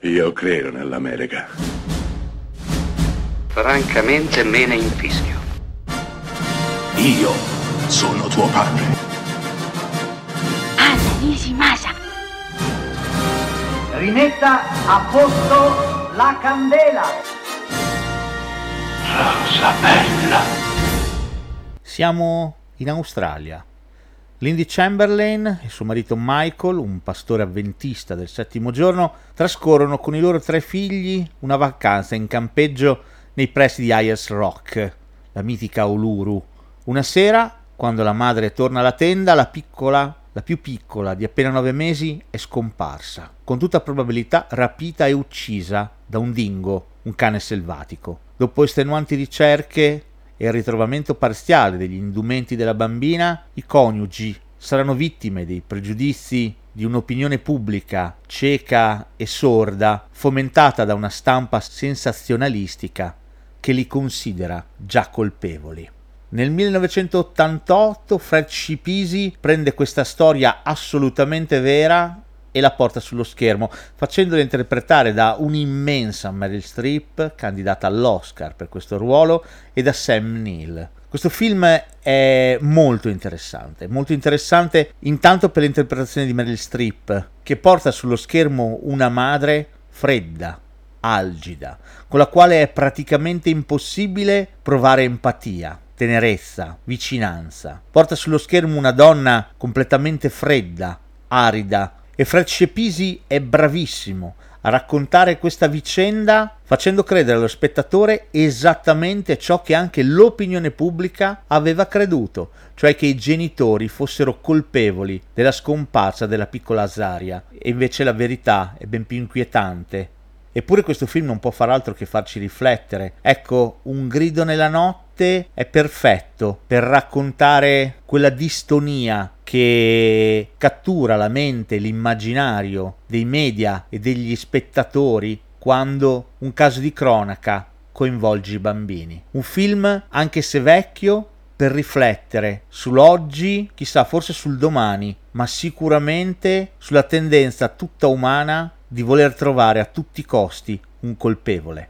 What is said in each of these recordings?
Io credo nell'America. Francamente me ne infischio. Io sono tuo padre. Anna Nishimasa. Rimetta a posto la candela. Rosa bella. Siamo in Australia. Lindy Chamberlain e suo marito Michael, un pastore avventista del settimo giorno, trascorrono con i loro 3 figli una vacanza in campeggio nei pressi di Ayers Rock, la mitica Uluru. Una sera, quando la madre torna alla tenda, la più piccola di appena 9 mesi, è scomparsa, con tutta probabilità rapita e uccisa da un dingo, un cane selvatico. Dopo estenuanti ricerche e il ritrovamento parziale degli indumenti della bambina, i coniugi saranno vittime dei pregiudizi di un'opinione pubblica cieca e sorda, fomentata da una stampa sensazionalistica che li considera già colpevoli. Nel 1988 Fred Schipisi prende questa storia assolutamente vera e la porta sullo schermo, facendola interpretare da un'immensa Meryl Streep, candidata all'Oscar per questo ruolo, e da Sam Neill. Questo film è molto interessante intanto per l'interpretazione di Meryl Streep, che porta sullo schermo una madre fredda, algida, con la quale è praticamente impossibile provare empatia, tenerezza, vicinanza. Porta sullo schermo una donna completamente fredda, arida, e Fred Schipisi è bravissimo a raccontare questa vicenda facendo credere allo spettatore esattamente ciò che anche l'opinione pubblica aveva creduto, cioè che i genitori fossero colpevoli della scomparsa della piccola Azaria, e invece la verità è ben più inquietante. Eppure questo film non può far altro che farci riflettere. Ecco, Un grido nella notte è perfetto per raccontare quella distonia che cattura la mente, l'immaginario dei media e degli spettatori quando un caso di cronaca coinvolge i bambini. Un film, anche se vecchio, per riflettere sull'oggi, chissà, forse sul domani, ma sicuramente sulla tendenza tutta umana di voler trovare a tutti i costi un colpevole.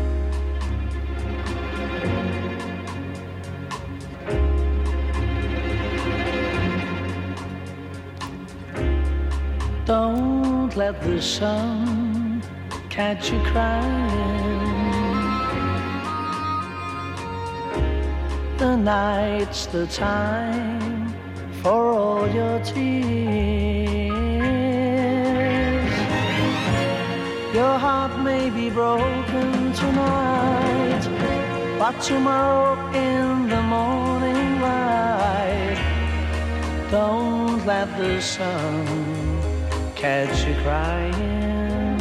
Don't let the sun catch you crying. The night's the time for all your tears. Your heart may be broken tonight, but tomorrow in the morning light, don't let the sun catch you crying.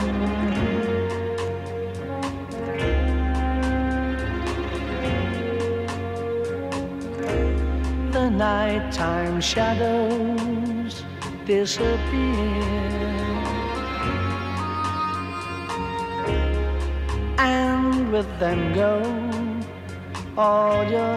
The nighttime shadows disappear, and with them go all your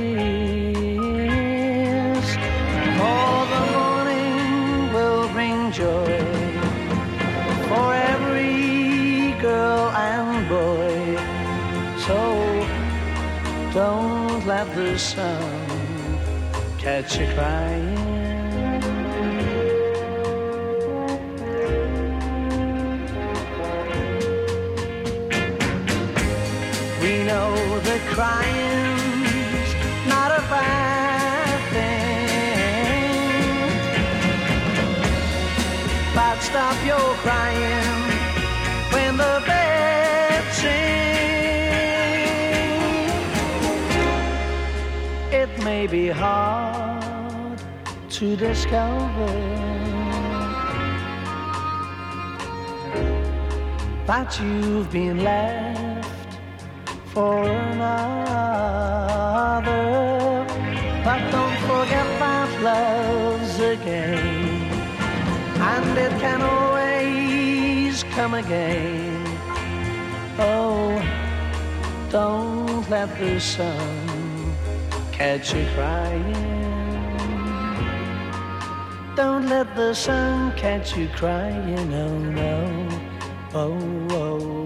tears. For the morning will bring joy for every girl and boy. So don't let the sun catch you crying. We know that crying's not a bad thing, but stop your crying when the birds sing. It may be hard to discover that you've been left for another, but don't forget that love's a game, and it can always come again. Oh, don't let the sun catch you crying. Don't let the sun catch you crying, oh no. Oh, oh,